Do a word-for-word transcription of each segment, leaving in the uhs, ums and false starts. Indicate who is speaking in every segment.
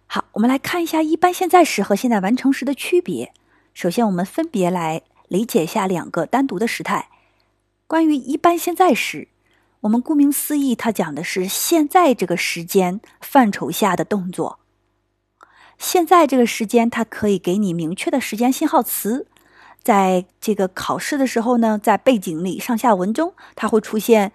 Speaker 1: 好，我们来看一下一般现在时和现在完成时的区别。首先，我们分别来理解一下两个单独的时态。关于一般现在时，我们顾名思义，它讲的是现在这个时间范畴下的动作。现在这个时间，它可以给你明确的时间信号词。在这个考试的时候呢，在背景里上下文中，它会出现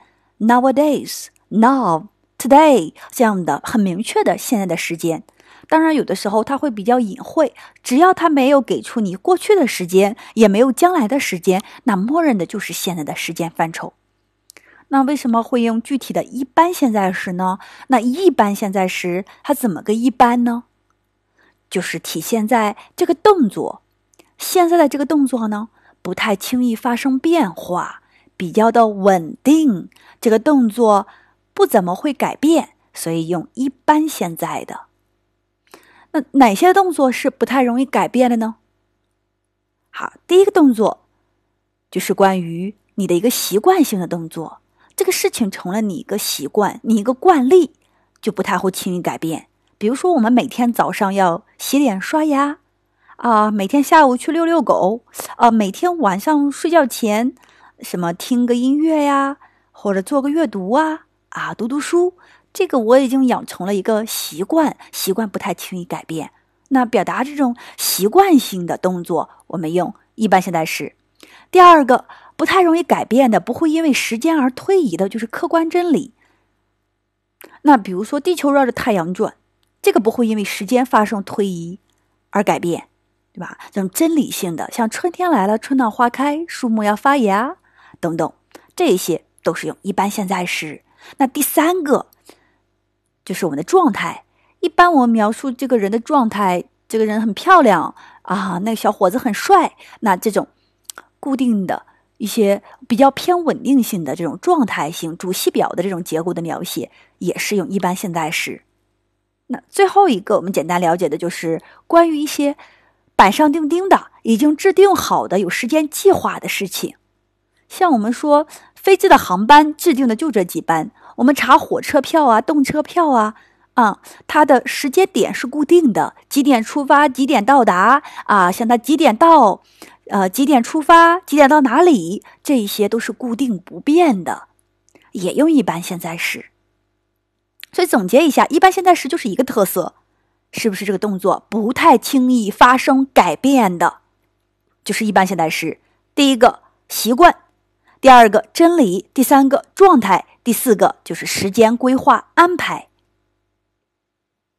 Speaker 1: nowadays、now、today 这样的很明确的现在的时间。当然有的时候它会比较隐晦，只要它没有给出你过去的时间，也没有将来的时间，那默认的就是现在的时间范畴。那为什么会用具体的一般现在时呢？那一般现在时它怎么个一般呢？就是体现在这个动作，现在的这个动作呢，不太轻易发生变化，比较的稳定，这个动作不怎么会改变，所以用一般现在的。那哪些动作是不太容易改变的呢？好，第一个动作就是关于你的一个习惯性的动作，这个事情成了你一个习惯，你一个惯例，就不太会轻易改变。比如说我们每天早上要洗脸刷牙啊，每天下午去遛遛狗啊，每天晚上睡觉前什么听个音乐呀，或者做个阅读啊啊，读读书，这个我已经养成了一个习惯，习惯不太轻易改变。那表达这种习惯性的动作，我们用一般现在时。第二个不太容易改变的，不会因为时间而推移的，就是客观真理。那比如说地球绕着太阳转，这个不会因为时间发生推移而改变，对吧？这种真理性的，像春天来了，春暖花开，树木要发芽等等，这些都是用一般现在时。那第三个就是我们的状态。一般我们描述这个人的状态，这个人很漂亮啊，那个小伙子很帅，那这种固定的一些比较偏稳定性的这种状态性主系表的这种结构的描写，也是用一般现在时。那最后一个我们简单了解的就是关于一些板上钉钉的已经制定好的有时间计划的事情。像我们说飞机的航班制定的就这几班，我们查火车票啊，动车票啊啊，它的时间点是固定的，几点出发，几点到达啊，像它几点到呃，几点出发，几点到哪里，这些都是固定不变的，也用一般现在时。所以总结一下，一般现在时就是一个特色，是不是这个动作不太轻易发生改变的，就是一般现在时。第一个习惯，第二个真理，第三个状态，第四个就是时间规划安排。